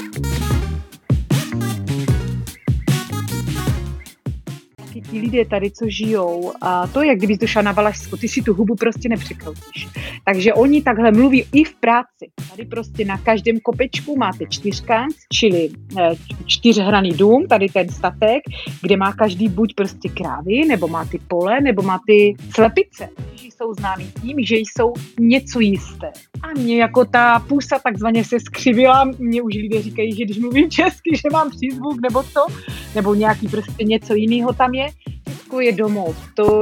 Ti lidé tady, co žijou, a to je, jak kdyby to šla na Valašsko, ty si tu hubu prostě nepřekroutíš. Takže oni takhle mluví i v práci. Tady prostě na každém kopečku máte čtyřkanc, čili čtyřhraný dům, tady ten statek, kde má každý buď prostě krávy, nebo má ty pole, nebo má ty slepice. Jsou známí tím, že jsou něco jisté. A mě jako ta pusa takzvaně se skřivila, mě už lidé říkají, že když mluvím česky, že mám přízvuk nebo co, nebo nějaký prostě něco jiného tam je. Česko je domov.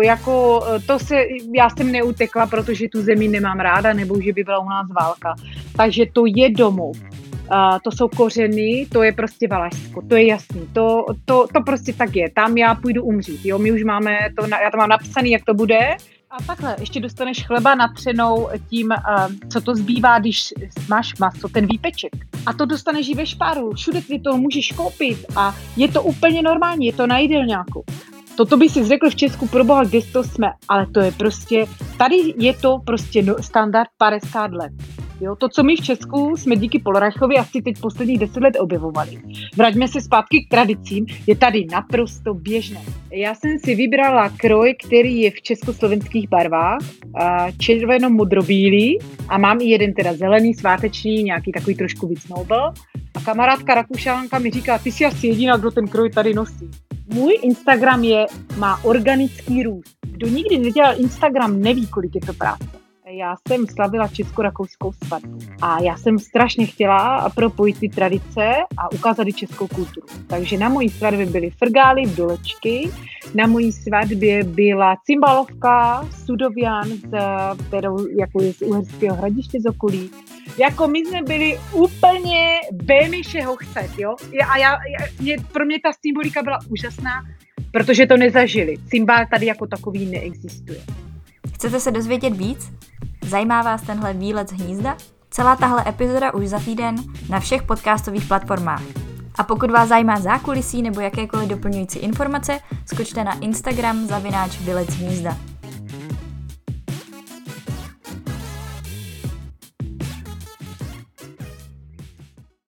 Já jsem neutekla, protože tu zemi nemám ráda, nebo že by byla u nás válka. Takže to je domov. To jsou kořeny, to je prostě Valašsko, to je jasný, to prostě tak je. Tam já půjdu umřít, jo, my už máme to, já to mám napsaný, jak to bude. A takhle, ještě dostaneš chleba natřenou tím, co to zbývá, když máš maso, ten výpeček. A to dostaneš i ve špáru, všude ty to můžeš koupit a je to úplně normální, je to na jídelňáku. Toto by si řekl v Česku, proboha, kde to jsme, ale to je prostě, tady je to prostě standard 50 let. Jo, to, co my v Česku jsme díky Polrachovi asi teď posledních 10 let objevovali. Vraťme se zpátky k tradicím, je tady naprosto běžné. Já jsem si vybrala kroj, který je v československých barvách, červeno-modrobílý a má mám i jeden teda zelený, sváteční, nějaký takový trošku víc nobel. A kamarádka Rakušanka mi říká, ty jsi asi jediná, kdo ten kroj tady nosí. Můj Instagram má organický růst. Kdo nikdy nedělal Instagram, neví, kolik je to práce. Já jsem slavila česko-rakouskou svatbu a já jsem strašně chtěla propojit ty tradice a ukázat i českou kulturu. Takže na mojí svatbě byly frgály, dolečky, na mojí svatbě byla cymbalovka, sudovian, kterou jako je z Uherského Hradiště z okolí. Jako my jsme byli úplně bémišeho chcet, jo? Pro mě ta symbolika byla úžasná, protože to nezažili. Cymbál tady jako takový neexistuje. Chcete se dozvědět víc? Zajímá vás tenhle výlet z hnízda? Celá tahle epizoda už za týden na všech podcastových platformách. A pokud vás zajímá zákulisí nebo jakékoliv doplňující informace, skočte na Instagram @výlet z hnízda.